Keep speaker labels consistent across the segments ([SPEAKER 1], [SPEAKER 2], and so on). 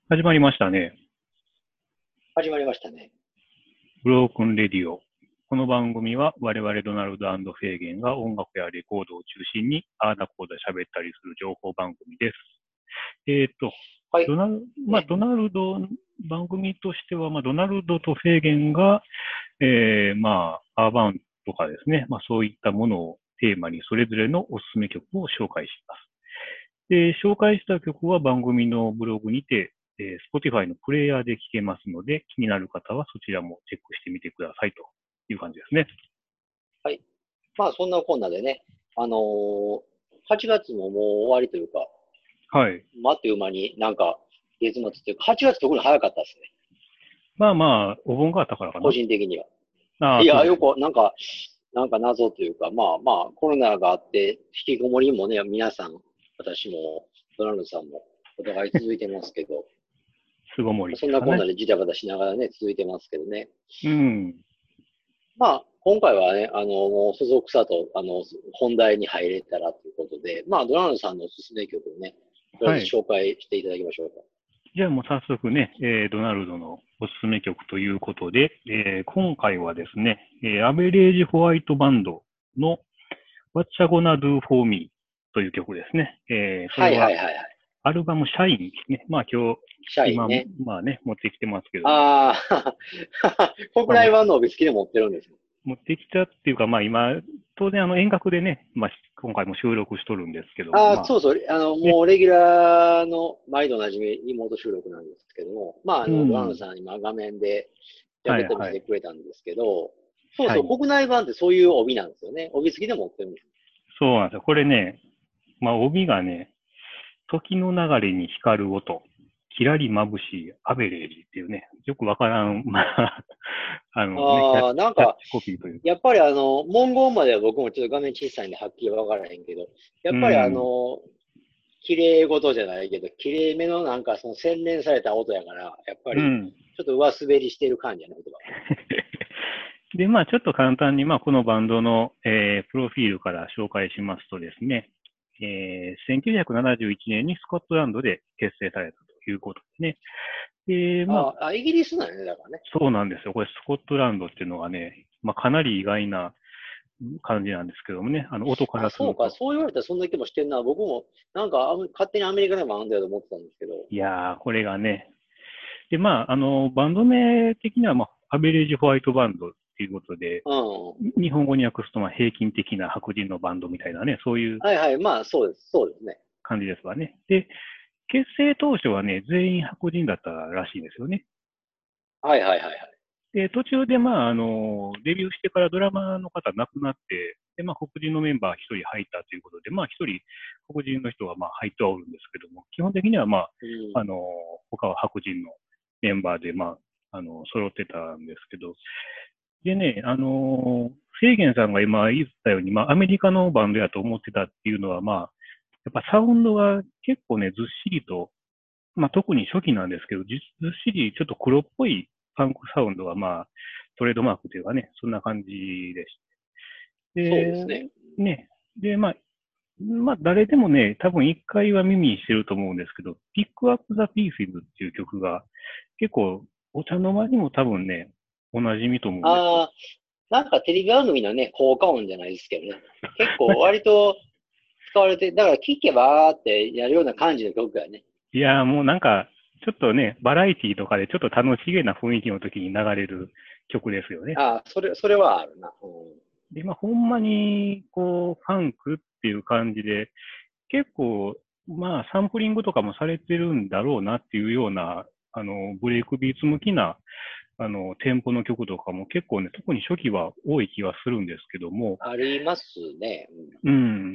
[SPEAKER 1] 始まりましたね。
[SPEAKER 2] 始まりましたね。
[SPEAKER 1] ブロークンレディオ。この番組は我々ドナルドフェーゲンが音楽やレコードを中心にああだこうだ喋ったりする情報番組です。えっ、と、
[SPEAKER 2] はい。ね。
[SPEAKER 1] ドナルド、番組としては、ドナルドとフェーゲンが、アーバンとかですね、そういったものをテーマにそれぞれのおすすめ曲を紹介します。で、紹介した曲は番組のブログにて、Spotify のプレイヤーで聴けますので、気になる方はそちらもチェックしてみてくださいという感じですね。
[SPEAKER 2] はい。まあ、そんなこんなでね、8月ももう終わりというか、
[SPEAKER 1] はい。
[SPEAKER 2] あっという間になんか、月末っていうか、8月特に早かったですね。
[SPEAKER 1] お盆があったからか
[SPEAKER 2] 個
[SPEAKER 1] な。
[SPEAKER 2] 人的には。
[SPEAKER 1] ああ、
[SPEAKER 2] いや、
[SPEAKER 1] そうですね。
[SPEAKER 2] よく、なんか謎というか、コロナがあって、引きこもりもね、皆さん、私も、ドナルドさんも、お互い続いてますけど、
[SPEAKER 1] 巣ごもりで
[SPEAKER 2] そん
[SPEAKER 1] すかね。
[SPEAKER 2] なこんなでジタバタしながらね、続いてますけどね。
[SPEAKER 1] うん。
[SPEAKER 2] 今回はね、もう、そそくさと、本題に入れたらということで、ドナルドさんのおすすめ曲をね、とりあえ
[SPEAKER 1] はい。
[SPEAKER 2] ず紹介していただきましょうか。
[SPEAKER 1] じゃあもう早速ね、ドナルドのおすすめ曲ということで、今回はですね、アベレージホワイトバンドの What You Gonna Do For Me という曲ですね。それ
[SPEAKER 2] はいは
[SPEAKER 1] は
[SPEAKER 2] いはいはい。
[SPEAKER 1] アルバムシャインですね。今日、今、
[SPEAKER 2] シャインね。
[SPEAKER 1] 持ってきてますけども、
[SPEAKER 2] ああ、国
[SPEAKER 1] まあ、も
[SPEAKER 2] 内版の帯付きで持ってるんですね。
[SPEAKER 1] 持ってきたっていうか、今、当然遠隔でね、今回も収録しとるんですけども、
[SPEAKER 2] ああ、そうそう、
[SPEAKER 1] ね、
[SPEAKER 2] もうレギュラーの毎度おなじみリモート収録なんですけども、ドナルド
[SPEAKER 1] うん、
[SPEAKER 2] さん今画面でジャケット見せ
[SPEAKER 1] はいはい、
[SPEAKER 2] てくれたんですけど、そうそう、
[SPEAKER 1] シャイン。
[SPEAKER 2] 国内版ってそういう帯なんですよね。帯付きで持ってるんです。
[SPEAKER 1] そうなんですよ。これね、帯がね、時の流れに光る音、きらり眩しいアベレージっていうね、よくわからん、
[SPEAKER 2] ああ、
[SPEAKER 1] キャッチコピーというか。
[SPEAKER 2] やっぱり文言までは僕もちょっと画面小さいんではっきりわからへんけど、や
[SPEAKER 1] う
[SPEAKER 2] っぱり
[SPEAKER 1] ん、
[SPEAKER 2] 綺麗事じゃないけど、綺麗めのなんかその洗練された音やから、やっぱり
[SPEAKER 1] うん。
[SPEAKER 2] ちょっと上滑りしてる感じやな、言葉。
[SPEAKER 1] で、ちょっと簡単に、このバンドの、プロフィールから紹介しますとですね、1971年にスコットランドで結成されたということですね。で、
[SPEAKER 2] イギリスなんやね、だからね。
[SPEAKER 1] そうなんですよ。これ、スコットランドっていうのはね、かなり意外な感じなんですけどもね、音か
[SPEAKER 2] あ、そうか、
[SPEAKER 1] らすると。
[SPEAKER 2] そう言われたらそんな気もしてんな。僕も、なんか勝手にアメリカでもあんだよと思ってたんですけど。
[SPEAKER 1] いやー、これがね、で、バンド名的には、アベレージホワイトバンドっていうことで、
[SPEAKER 2] うん。
[SPEAKER 1] 日本語に訳すと、平均的な白人のバンドみたいなね、そういう
[SPEAKER 2] はいはい、そうです、そうですね。
[SPEAKER 1] 感じですわね。で、結成当初はね、全員白人だったらしいんですよね。
[SPEAKER 2] はいはいはいはい。
[SPEAKER 1] で、途中で、デビューしてからドラマーの方亡くなって、で、黒人のメンバー一人入ったということで、一人黒人の人は入ってはおるんですけども、基本的には、
[SPEAKER 2] うん。
[SPEAKER 1] あの、他は白人のメンバーで、揃ってたんですけど、でね、フェーゲンさんが今言ったように、アメリカのバンドやと思ってたっていうのは、やっぱサウンドが結構ね、ずっしりと、特に初期なんですけど、ずっしりちょっと黒っぽいパンクサウンドがトレードマークというかね、そんな感じでし
[SPEAKER 2] そうですね。
[SPEAKER 1] て。ね、で、誰でもね、多分一回は耳にしてると思うんですけど、ピックアップザピース s っていう曲が結構お茶の間にも多分ね、お馴染みと思うんですよ。
[SPEAKER 2] ああ、なんかテレビ番組のね、効果音じゃないですけどね。結構割と使われて、だから聞けばーってやるような感じの曲やね。
[SPEAKER 1] いやーもうなんか、ちょっとね、バラエティとかでちょっと楽しげな雰囲気の時に流れる曲ですよね。
[SPEAKER 2] ああ、それはあるな。うん。
[SPEAKER 1] で、ほんまに、こう、ファンクっていう感じで、結構、サンプリングとかもされてるんだろうなっていうような、ブレイクビーツ向きな、テンポの曲とかも結構ね、特に初期は多い気がするんですけども、
[SPEAKER 2] ありますね。
[SPEAKER 1] うん、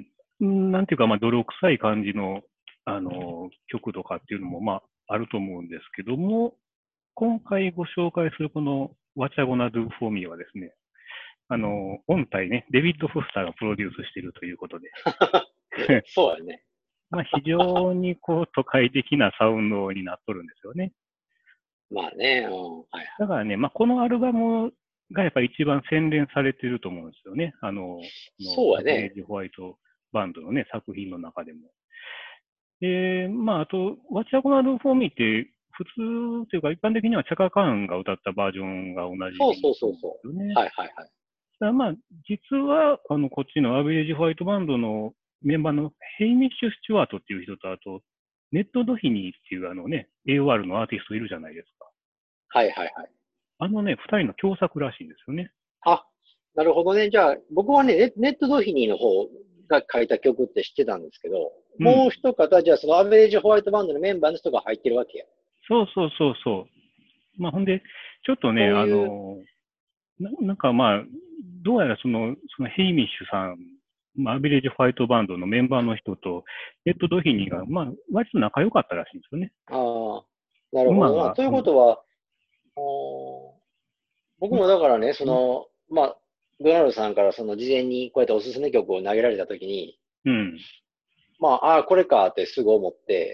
[SPEAKER 1] なんていうか、泥臭い感じの、曲とかっていうのも、あると思うんですけども、今回ご紹介するこの What I Gonna Do For Me はですね、本体ね、デビッド・フォスターがプロデュースしているということで、
[SPEAKER 2] そうやね。
[SPEAKER 1] 非常にこう都会的なサウンドになっとるんですよね。
[SPEAKER 2] まあね、うん。はいはい。
[SPEAKER 1] だからね、このアルバムがやっぱり一番洗練されてると思うんですよね。
[SPEAKER 2] そうやね。
[SPEAKER 1] アベレージホワイトバンドのね、作品の中でも。で、あと、What's Gonna Do For Me って普通というか、一般的にはチャカ・カーンが歌ったバージョンが同じ
[SPEAKER 2] そう
[SPEAKER 1] です
[SPEAKER 2] そうそうそ
[SPEAKER 1] よね。
[SPEAKER 2] う。はいはいはい。
[SPEAKER 1] ただまあ、実は、こっちのアベレージホワイトバンドのメンバーのヘイミッシュ・スチュワートっていう人と、あと、ネット・ドヒニーっていうAOR のアーティストいるじゃないですか。
[SPEAKER 2] はいはいはい。
[SPEAKER 1] 二人の共作らしいんですよね。
[SPEAKER 2] あ、なるほどね。じゃあ、僕はね、ネットドフィニーの方が書いた曲って知ってたんですけど、
[SPEAKER 1] うん。
[SPEAKER 2] もう一方、じゃあそのアベレージホワイトバンドのメンバーの人が入ってるわけや。
[SPEAKER 1] そうそうそうそう。まあ、ほんで、ちょっとね、
[SPEAKER 2] そういう、
[SPEAKER 1] なんかまあ、どうやらそのヘイミッシュさん、まあ、アベレージホワイトバンドのメンバーの人と、ネットドヒニーが、まあ、割と仲良かったらしいんですよね。
[SPEAKER 2] ああ、なるほどな。
[SPEAKER 1] 馬が、
[SPEAKER 2] ということは、お僕もだからね、まあ、ドナルドさんからその事前にこうやっておすすめ曲を投げられたときに、
[SPEAKER 1] うん、ま
[SPEAKER 2] まあ、これかってすぐ思って、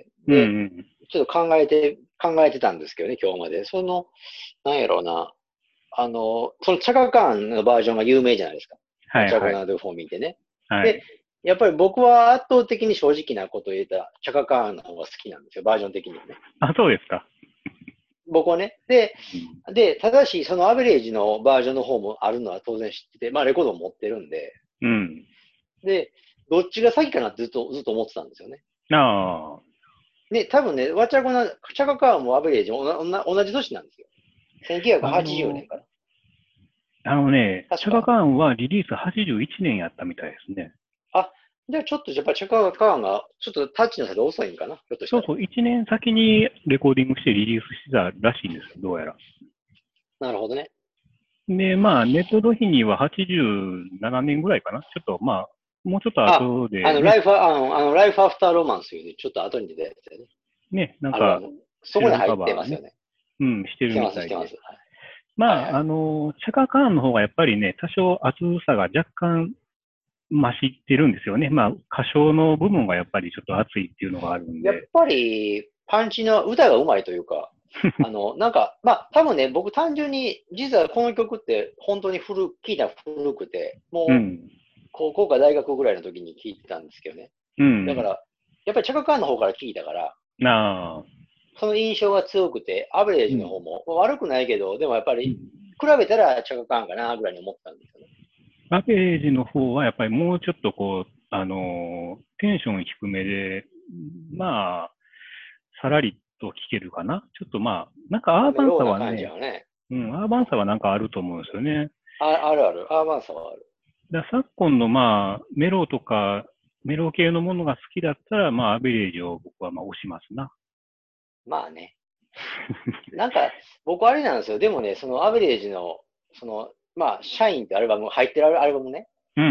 [SPEAKER 1] うん、
[SPEAKER 2] で、
[SPEAKER 1] うん。
[SPEAKER 2] ちょっと考えてたんですけどね、今日まで。なんやろうな。そのチャカカーンのバージョンが有名じゃないですか。
[SPEAKER 1] はいはい。
[SPEAKER 2] チャコナード・フォーミンってね。で、
[SPEAKER 1] はい。
[SPEAKER 2] やっぱり僕は圧倒的に正直なことを言ったら、チャカカーンの方が好きなんですよ、バージョン的にはね。
[SPEAKER 1] あ、そうですか。
[SPEAKER 2] 僕はね。で、
[SPEAKER 1] うん。
[SPEAKER 2] ただし、そのアベレージのバージョンの方もあるのは当然知ってて、まあレコードも持ってるんで、
[SPEAKER 1] うん。
[SPEAKER 2] で、どっちが先かなってずっと思ってたんですよね。
[SPEAKER 1] あ
[SPEAKER 2] で、多分ね、チャカカーンもアベレージも同じ年なんですよ。
[SPEAKER 1] あ。
[SPEAKER 2] 1980年から。
[SPEAKER 1] チャカ
[SPEAKER 2] 確か。
[SPEAKER 1] カーンはリリース81年やったみたいですね。
[SPEAKER 2] あ、じゃあちょっとやっぱチャカカーンがちょっとタッチの差で遅いんかな、ひょっとしたら。
[SPEAKER 1] そうそう、1年先にレコーディングしてリリースしてたらしいんですよ、どうやら。
[SPEAKER 2] なるほどね。
[SPEAKER 1] で、まあ、ネットドヒニーは87年ぐらいかな。ちょっとまあ、もうちょっと
[SPEAKER 2] あ、
[SPEAKER 1] 後でね、
[SPEAKER 2] ライフアフターロマンスいうね、ちょっと後に出たやつだよね。
[SPEAKER 1] なんか、
[SPEAKER 2] アルバム。そ
[SPEAKER 1] シルバー
[SPEAKER 2] こに入っ
[SPEAKER 1] カバーね、
[SPEAKER 2] てますよね。
[SPEAKER 1] うん、してる
[SPEAKER 2] してます、
[SPEAKER 1] みたいで。
[SPEAKER 2] してます。はい、
[SPEAKER 1] まあ、
[SPEAKER 2] はい。
[SPEAKER 1] チャカカーンの方がやっぱりね、多少厚さが若干増してるんですよね。まあ、歌唱の部分がやっぱりちょっと厚いっていうのがあるんで。
[SPEAKER 2] やっぱり、パンチの歌が上手いというか、なんか、まあ、多分ね、僕単純に、実はこの曲って本当に聞いたら古くて、もう、
[SPEAKER 1] うん、
[SPEAKER 2] 高校か大学ぐらいの時に聞いてたんですけどね。
[SPEAKER 1] うん、
[SPEAKER 2] だから、やっぱりチャカカーンの方から聞いたから、
[SPEAKER 1] なあ、
[SPEAKER 2] その印象が強くて、アベレー
[SPEAKER 1] うん、
[SPEAKER 2] ジの方も、悪くないけど、でもやっぱり、
[SPEAKER 1] うん。
[SPEAKER 2] 比べたらチャカカーンかな、ぐらいに思ってたんですよね。
[SPEAKER 1] アベージの方はやっぱりもうちょっとこう、テンション低めで、まあ、さらりと聞けるかな。ちょっとまあ、なんかアー
[SPEAKER 2] メ
[SPEAKER 1] バンさ
[SPEAKER 2] ローな感じ
[SPEAKER 1] はね、
[SPEAKER 2] はね。
[SPEAKER 1] うん、アーバンさはなんかあると思うんですよね。
[SPEAKER 2] あるある。アーバンさはある。
[SPEAKER 1] 昨今のまあ、メロとか、メロ系のものが好きだったら、まあ、アベレージを僕はまあ押しますな。
[SPEAKER 2] まあね。なんか、僕あれなんですよ。でもね、そのアベレージの、まあ、シャインってアルバム、入ってるアルバムね。
[SPEAKER 1] うんうん。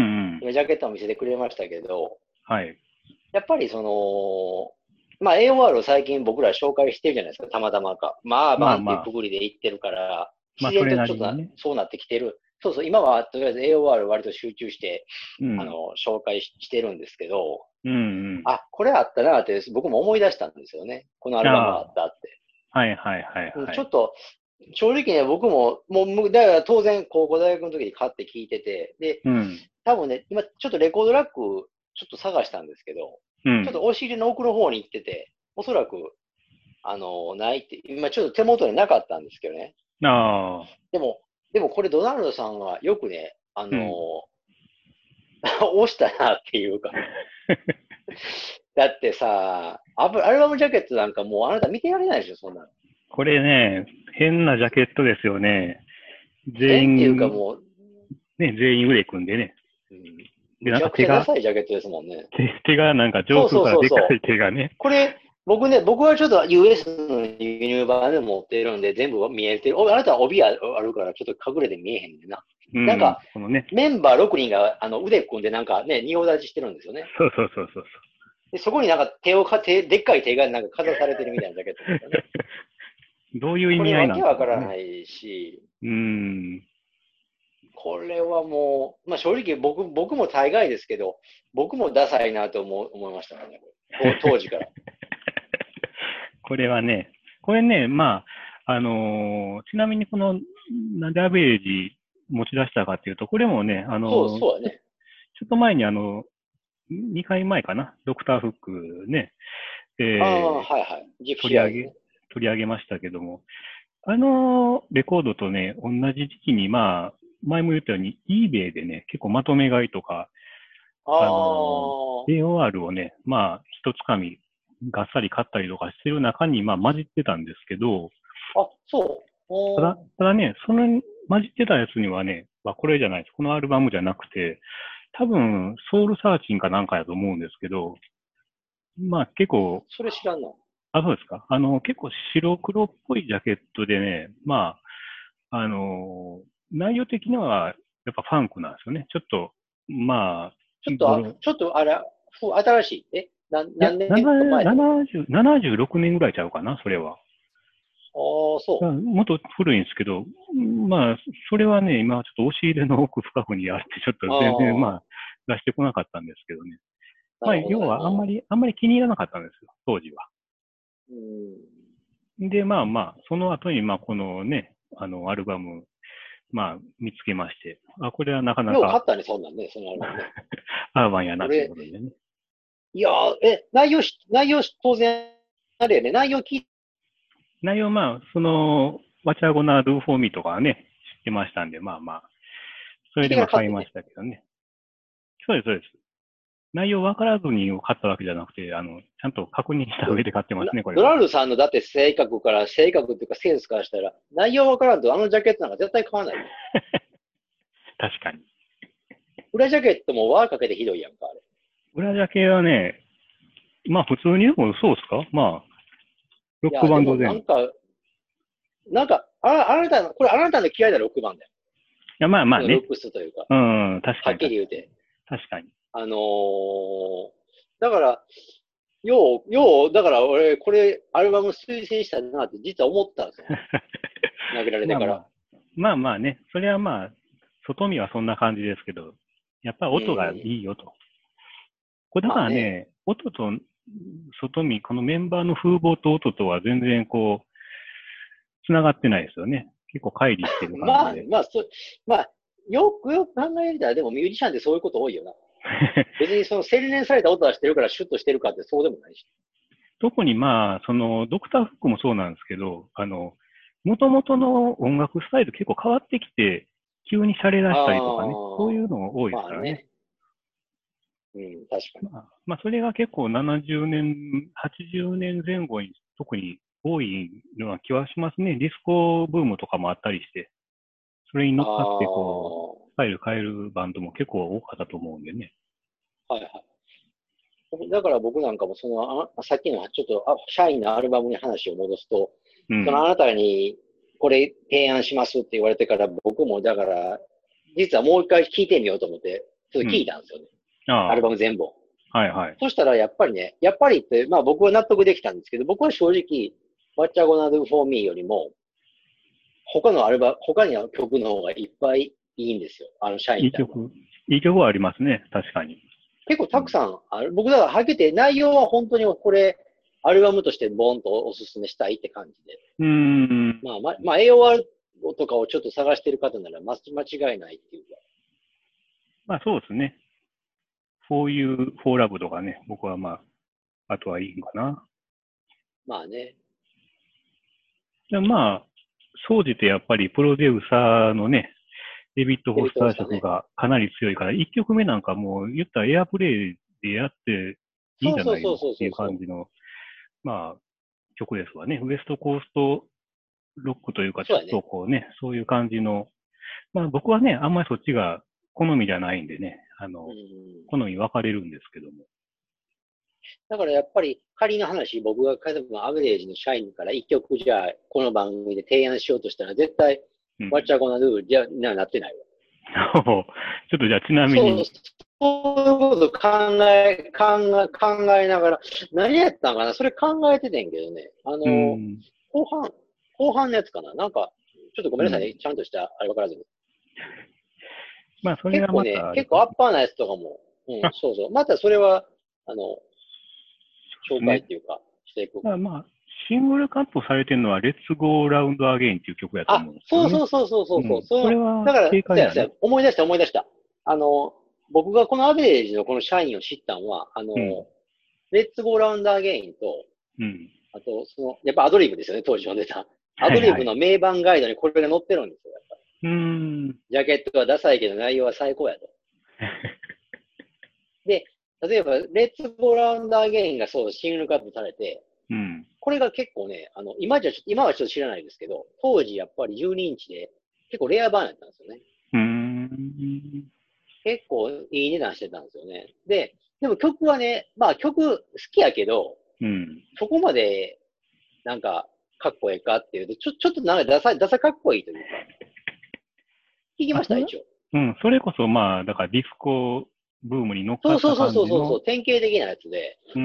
[SPEAKER 2] 今、ジャケットを見せてくれましたけど、
[SPEAKER 1] はい。
[SPEAKER 2] やっぱりまあ、AOR を最近僕ら紹介してるじゃないですか、たまたまか。まあ、バンっていう
[SPEAKER 1] まあまあ、
[SPEAKER 2] くくりで言ってるから、自
[SPEAKER 1] まあ、それ
[SPEAKER 2] 然とちょっと
[SPEAKER 1] なりにね。
[SPEAKER 2] そうなってきてる。そうそう、今はとりあえず AOR 割と集中して、
[SPEAKER 1] うん。
[SPEAKER 2] 紹介してるんですけど、
[SPEAKER 1] うんうん。
[SPEAKER 2] これあったなって僕も思い出したんですよね。このアルバムがあ
[SPEAKER 1] あ
[SPEAKER 2] ったって。
[SPEAKER 1] あ、はいはいはいはい。
[SPEAKER 2] ちょっと、正直ね、僕も、だから当然、高校大学の時に買って聞いてて、で、
[SPEAKER 1] うん。
[SPEAKER 2] 多分ね、今、ちょっとレコードラック、ちょっと探したんですけど、ちょっと
[SPEAKER 1] うん。
[SPEAKER 2] 押し入れの奥の方に行ってて、おそらく、ないって、今ちょっと手元になかったんですけどね。
[SPEAKER 1] ああ、
[SPEAKER 2] でも、でもこれドナルドさんはよくね、
[SPEAKER 1] うん。
[SPEAKER 2] 押したなっていうか、だってさ、アルバムジャケットなんかもうあなた見てられないでしょ、そんなの。
[SPEAKER 1] これね、変なジャケットですよね。全
[SPEAKER 2] 変っていうか
[SPEAKER 1] 員、
[SPEAKER 2] もう、
[SPEAKER 1] 全員腕組んでね。
[SPEAKER 2] うん、
[SPEAKER 1] で、
[SPEAKER 2] むちゃくちゃダサいジャケットですもんね。
[SPEAKER 1] 手がなんか上
[SPEAKER 2] そうそう
[SPEAKER 1] 空からでか
[SPEAKER 2] そうそう。
[SPEAKER 1] い手がね。
[SPEAKER 2] これ、僕はちょっと US の輸入版で持ってるんで、全部見えてる。あなたは帯あるから、ちょっと隠れて見えへんねんな。
[SPEAKER 1] うん、
[SPEAKER 2] なんか、
[SPEAKER 1] このね。
[SPEAKER 2] メンバー6人が腕組んでなんかね、仁王立ちしてるんですよね。
[SPEAKER 1] そうそうそうそう。
[SPEAKER 2] で、そこになんかでっかい手がなんかかざされてるみたいなジャケットなんですよね。
[SPEAKER 1] どういう意
[SPEAKER 2] これ
[SPEAKER 1] 味合いなん
[SPEAKER 2] わけわか
[SPEAKER 1] かもね。
[SPEAKER 2] らないし、
[SPEAKER 1] うん。
[SPEAKER 2] これはもう、まあ正直僕も大概ですけど、僕もダサいなと思いましたね、当時から。
[SPEAKER 1] これはね、これね、まあ、ちなみになんでアベレージ持ち出したかっていうと、これもね、
[SPEAKER 2] そうだね。
[SPEAKER 1] ちょっと前に2回前かな、ドクターフックね、
[SPEAKER 2] ああ、
[SPEAKER 1] え
[SPEAKER 2] はいはい。ジプ
[SPEAKER 1] 取り上げ、
[SPEAKER 2] シーアーズね。
[SPEAKER 1] 取り上げましたけども、レコードとね、同じ時期に、まあ、前も言ったように、eBay でね、結構まとめ買いとか、
[SPEAKER 2] あ
[SPEAKER 1] AOR をね、まあ、一つかみ、がっさり買ったりとかしてる中に、まあ、混じってたんですけど、
[SPEAKER 2] あ、そう。
[SPEAKER 1] ただね、その混じってたやつにはね、これじゃないです。このアルバムじゃなくて、多分、ソウルサーチンかなんかやと思うんですけど、まあ結構、
[SPEAKER 2] それ知らんの。
[SPEAKER 1] そうですか。結構白黒っぽいジャケットでね、まあ、内容的にはやっぱファンクなんですよね。ちょっと、まあ、
[SPEAKER 2] ちょっと、あれ、新しい。
[SPEAKER 1] いや、
[SPEAKER 2] 何年か前の。
[SPEAKER 1] 76年ぐらいちゃうかな、それは。
[SPEAKER 2] ああ、そ
[SPEAKER 1] もっと古いんですけど、まあ、それはね、今ちょっと押し入れの奥深くにあって、ちょっと
[SPEAKER 2] う。
[SPEAKER 1] 全然
[SPEAKER 2] ああ、
[SPEAKER 1] まあ、出してこなかったんですけどね。まあ、
[SPEAKER 2] なるほどね。
[SPEAKER 1] 要はあんまり気に入らなかったんですよ、当時は。
[SPEAKER 2] うん。
[SPEAKER 1] で、まあまあ、その後に、まあ、このね、アルバム、まあ、見つけまして、これはなかなか
[SPEAKER 2] よう買ったね、そんなんね、そのアルバムね。
[SPEAKER 1] アーバンやなという
[SPEAKER 2] 俺、
[SPEAKER 1] ことでね。
[SPEAKER 2] いやー、内容当然、あれやね、内容聞い
[SPEAKER 1] 内容、まあ、What You Gonna Do For Me とかはね、知ってましたんで、まあまあ、それ
[SPEAKER 2] て
[SPEAKER 1] でまあ買いま
[SPEAKER 2] から買ってね。
[SPEAKER 1] したけどね。そうです、そうです。内容分からずに買ったわけじゃなくて、ちゃんと確認した上で買ってますね、これは。
[SPEAKER 2] ドナルドさんのだって性格っていうかセンスからしたら、内容わからんとあのジャケットなんか絶対買わないよ。
[SPEAKER 1] 確かに。
[SPEAKER 2] 裏ジャケットも輪かけてひどいやんか、あれ。
[SPEAKER 1] 裏ジャケはね、まあ普通にでもそうですかまあ、ロック
[SPEAKER 2] いや、でも
[SPEAKER 1] バンド前。い
[SPEAKER 2] あなたの、これあなたの嫌いなロックバンドや。
[SPEAKER 1] や、まあまあね。
[SPEAKER 2] このルックスというか、
[SPEAKER 1] うん、確か
[SPEAKER 2] はっ
[SPEAKER 1] に、
[SPEAKER 2] きり言うて。
[SPEAKER 1] 確かに。
[SPEAKER 2] あのーだから、だから俺、これ、アルバム推薦したいなって実は思ったんですよ。投げられてから。
[SPEAKER 1] まあまあ、まあまあね、それはまあ、外見はそんな感じですけど、やっぱり
[SPEAKER 2] う
[SPEAKER 1] 音がい
[SPEAKER 2] ん。
[SPEAKER 1] いよと。これだか
[SPEAKER 2] まあね。
[SPEAKER 1] らね、音と外見、このメンバーの風貌と音とは全然こう、繋がってないですよね。結構乖離してる感じ
[SPEAKER 2] まあ、
[SPEAKER 1] で。
[SPEAKER 2] まあ、よく考えたら、でもミュージシャンってそういうこと多いよな。別にその洗練された音出してるからシュッとしてるかってそうでもないし。
[SPEAKER 1] 特にまあ、ドクターフックもそうなんですけど、元々の音楽スタイル結構変わってきて、急に洒落出したりとかね、そういうのが多いですからね。
[SPEAKER 2] まあね。うん、確かに。
[SPEAKER 1] まあ、それが結構70年、80年前後に特に多いような気はしますね。ディスコブームとかもあったりして、それに乗っかってこう、スタイル変えるバンドも結構多かったと思うんでね。
[SPEAKER 2] はいはい。だから僕なんかもさっきのちょっと、社員のアルバムに話を戻すと、
[SPEAKER 1] うん。
[SPEAKER 2] あなたにこれ提案しますって言われてから僕もだから、実はもう一回聞いてみようと思って、ちょっと聞い
[SPEAKER 1] うん。
[SPEAKER 2] たんですよね。アル
[SPEAKER 1] あ
[SPEAKER 2] バム全部。
[SPEAKER 1] あ、はいはい。
[SPEAKER 2] そしたらやっぱりって、まあ僕は納得できたんですけど、僕は正直、What You Gonna Do For Me よりも、他にある曲の方がいっぱいいいんですよ。社員ってアルバム。
[SPEAKER 1] いい曲はありますね。確かに。
[SPEAKER 2] 結構
[SPEAKER 1] うん。
[SPEAKER 2] たくさんある。僕だからはっきり言って内容は本当にこれ、アルバムとしてボンとおすすめしたいって感じで。
[SPEAKER 1] うーん。
[SPEAKER 2] AOR とかをちょっと探してる方なら間違いないっていうか。
[SPEAKER 1] まあそうですね。フォーユー、フォーラブとかね、僕はまあ、あとはいいのかな。
[SPEAKER 2] まあね。
[SPEAKER 1] でまあ、総じてやっぱりプロデューサーのね、デビッド・
[SPEAKER 2] デビッド・
[SPEAKER 1] フォスター
[SPEAKER 2] ホスターね。
[SPEAKER 1] 色がかなり強いから、1曲目なんかもう言ったらエアプレイでやっていいんじゃないのっていう感じの、まあ、曲ですわね。ウエストコーストロックというか、ちょっ
[SPEAKER 2] そうやね。
[SPEAKER 1] とこうね、そういう感じの、まあ僕はね、あんまりそっちが好みじゃないんでね、
[SPEAKER 2] うん。
[SPEAKER 1] 好み分かれるんですけども。
[SPEAKER 2] だからやっぱり仮の話、僕が例えばアベレージの社員から一曲じゃあこの番組で提案しようとしたら絶対、
[SPEAKER 1] うん。
[SPEAKER 2] わっちゃこなルールじゃなってないわ。
[SPEAKER 1] ちょっとじゃあちなみ
[SPEAKER 2] そう、
[SPEAKER 1] に、
[SPEAKER 2] そういうこと考えながら、何やったんかなそれ考えててんけどね。
[SPEAKER 1] うん、
[SPEAKER 2] 後半、後半のやつかななんか、ちょっとごめんなさいね。
[SPEAKER 1] うん。
[SPEAKER 2] ちゃんとした、あれわからずに。
[SPEAKER 1] まあそれはまたあれ
[SPEAKER 2] 結構
[SPEAKER 1] か。
[SPEAKER 2] アッパーなやつとかも、うん、
[SPEAKER 1] あ、
[SPEAKER 2] そうそう。またそれは、あの、紹介っ
[SPEAKER 1] ね。
[SPEAKER 2] ていうか、していく。
[SPEAKER 1] まあ、シングルカットされてるのは、レッツゴーラウンドアゲインっていう曲やと思うんですけどね。うん。
[SPEAKER 2] そう。
[SPEAKER 1] これは
[SPEAKER 2] だから、
[SPEAKER 1] 正解やね。
[SPEAKER 2] 思い出した。あの、僕がこのアベレージのこの社員を知ったのは、
[SPEAKER 1] うん。
[SPEAKER 2] レッツゴーラウンドアゲインと、
[SPEAKER 1] うん。
[SPEAKER 2] あと、やっぱアドリブですよね、当時読んでた。アドリブ
[SPEAKER 1] はいはい。
[SPEAKER 2] の名盤ガイドにこれが載ってるんですよ、やっぱり。
[SPEAKER 1] うーん。
[SPEAKER 2] ジャケットはダサいけど内容は最高やと。で、例えば、レッツゴーラウンダーゲインがそう、シングルカットされて、
[SPEAKER 1] うん。
[SPEAKER 2] これが結構ね、今はちょっと知らないですけど、当時やっぱり12インチで結構レア版やったんですよね。
[SPEAKER 1] うーん。
[SPEAKER 2] 結構いい値段してたんですよね。でも曲はね、まあ曲好きやけど、
[SPEAKER 1] うん。
[SPEAKER 2] そこまでなんかかっこええかっていうと、ちょっとなんかダサかっこいいというか、聞き
[SPEAKER 1] あ、
[SPEAKER 2] ました一応。
[SPEAKER 1] うん、それこそまあ、だからディスコブームに乗っかった
[SPEAKER 2] そうそうそう
[SPEAKER 1] 感じの、
[SPEAKER 2] そうそうそう、典型的なやつで
[SPEAKER 1] うん、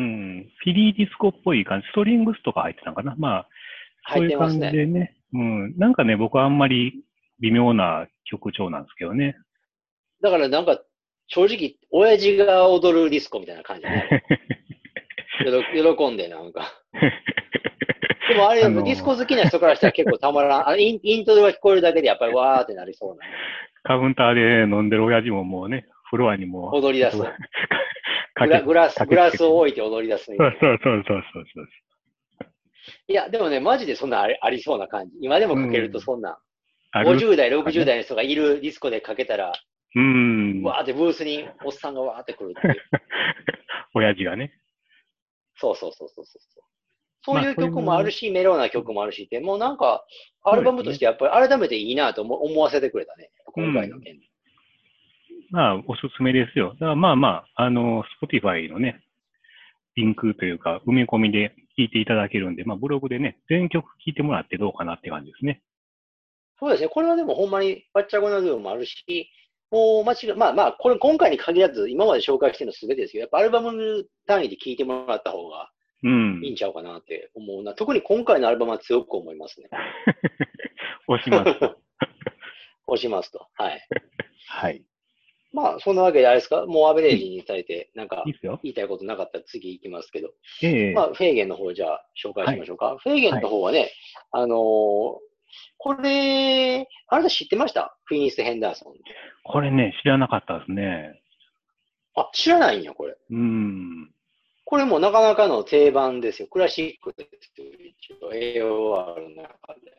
[SPEAKER 1] フィリーディスコっぽい感じ、ストリングスとか入ってたのかな。まあ、そ
[SPEAKER 2] 入っ
[SPEAKER 1] ういう感じ
[SPEAKER 2] てますね。
[SPEAKER 1] でね。うん。なんかね、僕はあんまり微妙な曲調なんですけどね。
[SPEAKER 2] だからなんか、正直、親父が踊るディスコみたいな感じね、あれ。喜んでなんか。でもあれ、
[SPEAKER 1] あ
[SPEAKER 2] ディスコ
[SPEAKER 1] の、
[SPEAKER 2] 好きな人からしたら結構たまらん。イントロが聞こえるだけでやっぱりわーってなりそうなね。
[SPEAKER 1] カウンターで飲んでる親父ももうね、フロアにもう、
[SPEAKER 2] 踊り出す。
[SPEAKER 1] 駆
[SPEAKER 2] グラ
[SPEAKER 1] けつけてね。
[SPEAKER 2] スを置いて踊り出すみ
[SPEAKER 1] そう
[SPEAKER 2] たいな。
[SPEAKER 1] そうそうそうそうそう。
[SPEAKER 2] いや、でもね、マジでそんなありそうな感じ。今でもかけると
[SPEAKER 1] うん。
[SPEAKER 2] そんな、
[SPEAKER 1] ある
[SPEAKER 2] 50代、60
[SPEAKER 1] かね。
[SPEAKER 2] 代の人がいるディスコでかけたら、
[SPEAKER 1] うん。
[SPEAKER 2] わーってブースにおっさんがわーって来るっていう。
[SPEAKER 1] 親父がね。
[SPEAKER 2] そうそうそうそうそう。そう
[SPEAKER 1] まあ、
[SPEAKER 2] いう
[SPEAKER 1] そういう、
[SPEAKER 2] 曲もあるし、メロウな曲もあるしって、もうなんか、アルバムとし
[SPEAKER 1] そうですね。
[SPEAKER 2] てやっぱり改めていいなと思わせてくれたね。今回の
[SPEAKER 1] うん。
[SPEAKER 2] 件。
[SPEAKER 1] まあ、おすすめですよ。だからまあまあ、Spotify のね、リンクというか、埋め込みで聞いていただけるんで、まあ、ブログでね、全曲聞いてもらってどうかなって感じですね。
[SPEAKER 2] そうですね。これはでもほんまにバッチャゴな部分もあるし、もうまあまあ、これ今回に限らず、今まで紹介してるの全てですけど、やっぱアルバム単位で聴いてもらった方が
[SPEAKER 1] うん。
[SPEAKER 2] いいんちゃうかなって思うな。特に今回のアルバムは強く思いますね。
[SPEAKER 1] 押しますと。
[SPEAKER 2] 押しますと。はい。
[SPEAKER 1] はい。
[SPEAKER 2] まあ、そんなわけであれですか、もうアベレ
[SPEAKER 1] うん。
[SPEAKER 2] ージに対して、なんか
[SPEAKER 1] いいっすよ。
[SPEAKER 2] 言いたいことなかったら次行きますけど。
[SPEAKER 1] ええ、
[SPEAKER 2] まあ、フェーゲンの方じゃあ紹介
[SPEAKER 1] はい。
[SPEAKER 2] しましょうか。フェーゲン
[SPEAKER 1] はい。
[SPEAKER 2] の方はね、これ、あなた知ってましたフィニス・ヘンダーソン。
[SPEAKER 1] これね、知らなかったですね。
[SPEAKER 2] あ、知らないんや、これ。
[SPEAKER 1] うん。
[SPEAKER 2] これもなかなかの定番ですよ。クラシックですよ。一応、AOR の中で。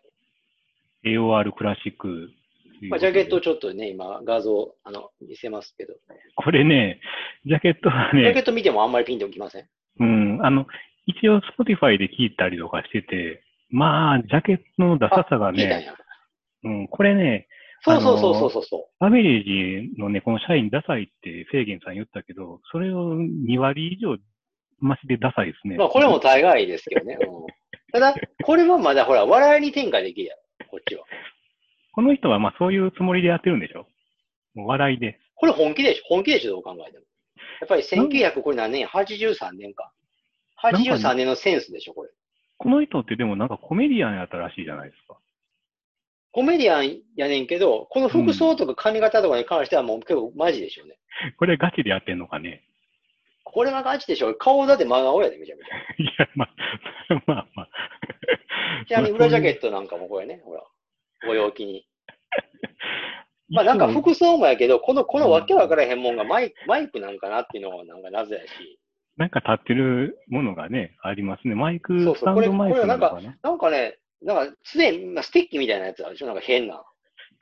[SPEAKER 1] AOR クラシックとい
[SPEAKER 2] まあ、ジャケット
[SPEAKER 1] うことで。
[SPEAKER 2] ちょっとね、今、画像、見せますけど。
[SPEAKER 1] これね、ジャケットは
[SPEAKER 2] ジャケッ
[SPEAKER 1] ね、
[SPEAKER 2] ト見てもあんまりピンときません。
[SPEAKER 1] うん、一応 Spotify で聞いたりとかしてて、まあ、ジャケットのダサ
[SPEAKER 2] あ、
[SPEAKER 1] さがね、
[SPEAKER 2] 聞いたんや。
[SPEAKER 1] うん、これね、
[SPEAKER 2] そうそうそうそうそうそ
[SPEAKER 1] アベレージのね、この社員ダサいってフェーゲンさん言ったけど、それを2割以上増しでダサいです
[SPEAKER 2] う。ま
[SPEAKER 1] ね。
[SPEAKER 2] あ、これも大概ですけどね。うん。ただ、これはまだほら、笑いに転化できるやろ。こっちは。
[SPEAKER 1] この人はまあそういうつもりでやってるんでしょ。もう笑いで。
[SPEAKER 2] これ本気でしょ本気でしょどう考えても。やっぱり
[SPEAKER 1] なん
[SPEAKER 2] 1900、これ何年 ?83 年か。
[SPEAKER 1] なんか、
[SPEAKER 2] 83年のセンスでしょこれ。
[SPEAKER 1] この人ってでもなんかコメディアンやったらしいじゃないですか。
[SPEAKER 2] コメディアンやねんけど、この
[SPEAKER 1] うん。
[SPEAKER 2] 服装とか髪型とかに関してはもう結構マジでしょうね。
[SPEAKER 1] これガチでやってんのかね。
[SPEAKER 2] これがガチでしょ顔だって真顔やで、めちゃめちゃ。
[SPEAKER 1] いや、まあ、まあまあ。
[SPEAKER 2] ちなみに裏ジャケ
[SPEAKER 1] まあそういう、
[SPEAKER 2] ットなんかもこれね、ほら、ご陽気に。まあなんか
[SPEAKER 1] 衣装、
[SPEAKER 2] 服装もやけど、こ
[SPEAKER 1] うん、
[SPEAKER 2] のわけわからへんもんがマイクなんかなっていうのはなんか謎やし。
[SPEAKER 1] なんか立ってるものがね、ありますね。マイク、
[SPEAKER 2] そうそう、
[SPEAKER 1] スタンドマイ
[SPEAKER 2] これは
[SPEAKER 1] クなのかな。
[SPEAKER 2] なんかね、なんか常に、まあ、ステッキみたいなやつあるでしょなんか変な。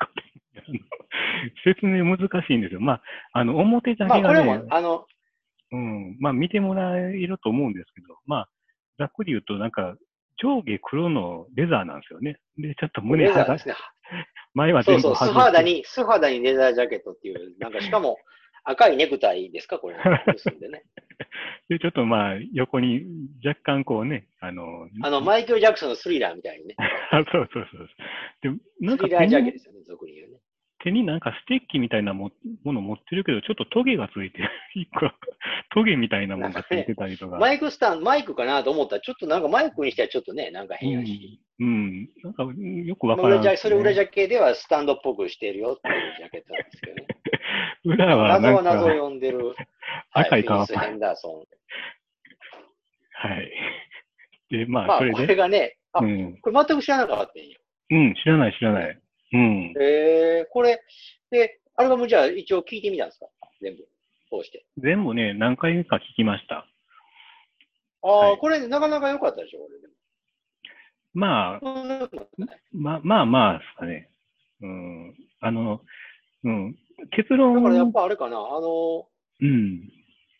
[SPEAKER 1] 説明難しいんですよ。まあ、表だ
[SPEAKER 2] まあこれも、
[SPEAKER 1] けがね、うん、まあ見てもらえると思うんですけど、まあ、ざっくり言うとなんか、上下黒のレザーなんですよね。で、ちょっと
[SPEAKER 2] これ
[SPEAKER 1] 胸剥が、
[SPEAKER 2] レザーですね。
[SPEAKER 1] 前は全部
[SPEAKER 2] そうそう、
[SPEAKER 1] 外して、
[SPEAKER 2] 素肌にレザージャケットっていう、なんかしかも赤いネクタイですかこれなんか結んでね。
[SPEAKER 1] で、ちょっとまあ、横に若干こうね、
[SPEAKER 2] マイケル・ジャクソンのスリラーみたいにね、なってる。
[SPEAKER 1] そうそうそう。で、なん
[SPEAKER 2] スリラー
[SPEAKER 1] か
[SPEAKER 2] ジャケですよね、俗に言うね。
[SPEAKER 1] 手になんかステッキみたいなもの持ってるけど、ちょっとトゲがついてる。一個、トゲみたいなものがついて
[SPEAKER 2] なんかね、
[SPEAKER 1] たりとか。
[SPEAKER 2] マイクかなと思ったら、ちょっとなんかマイクにしてはちょっとね、なんか
[SPEAKER 1] う
[SPEAKER 2] 変やし。
[SPEAKER 1] ん、うん、なんかよくわ
[SPEAKER 2] まあ、
[SPEAKER 1] からん
[SPEAKER 2] それ裏ジ
[SPEAKER 1] すね。
[SPEAKER 2] ャケではスタンドっぽくしてるよっていうジャケットなんですけどね。まあ、
[SPEAKER 1] 裏は
[SPEAKER 2] 謎は謎を
[SPEAKER 1] なんか
[SPEAKER 2] 呼んでる、はい、
[SPEAKER 1] 赤い
[SPEAKER 2] フィニス・ヘ
[SPEAKER 1] 革パン。
[SPEAKER 2] ンダーソン。
[SPEAKER 1] はい。で、まあ、
[SPEAKER 2] まあ、こ
[SPEAKER 1] それで、
[SPEAKER 2] れがね、
[SPEAKER 1] うん、
[SPEAKER 2] これ全く知らなかったんよ。
[SPEAKER 1] うん、知らない知ら
[SPEAKER 2] これ。
[SPEAKER 1] ない。うん。
[SPEAKER 2] これ、で、アルバムじゃあ一応聞いてみたんですか全部。こうして。
[SPEAKER 1] 全部ね、何回か聞きました。は
[SPEAKER 2] ああ、
[SPEAKER 1] い。
[SPEAKER 2] これなかなか良かったでしょ、これでも。
[SPEAKER 1] まあ、まあですかね。うん。うん。結
[SPEAKER 2] だからやっ
[SPEAKER 1] 論、
[SPEAKER 2] ぱあれかな、
[SPEAKER 1] うん。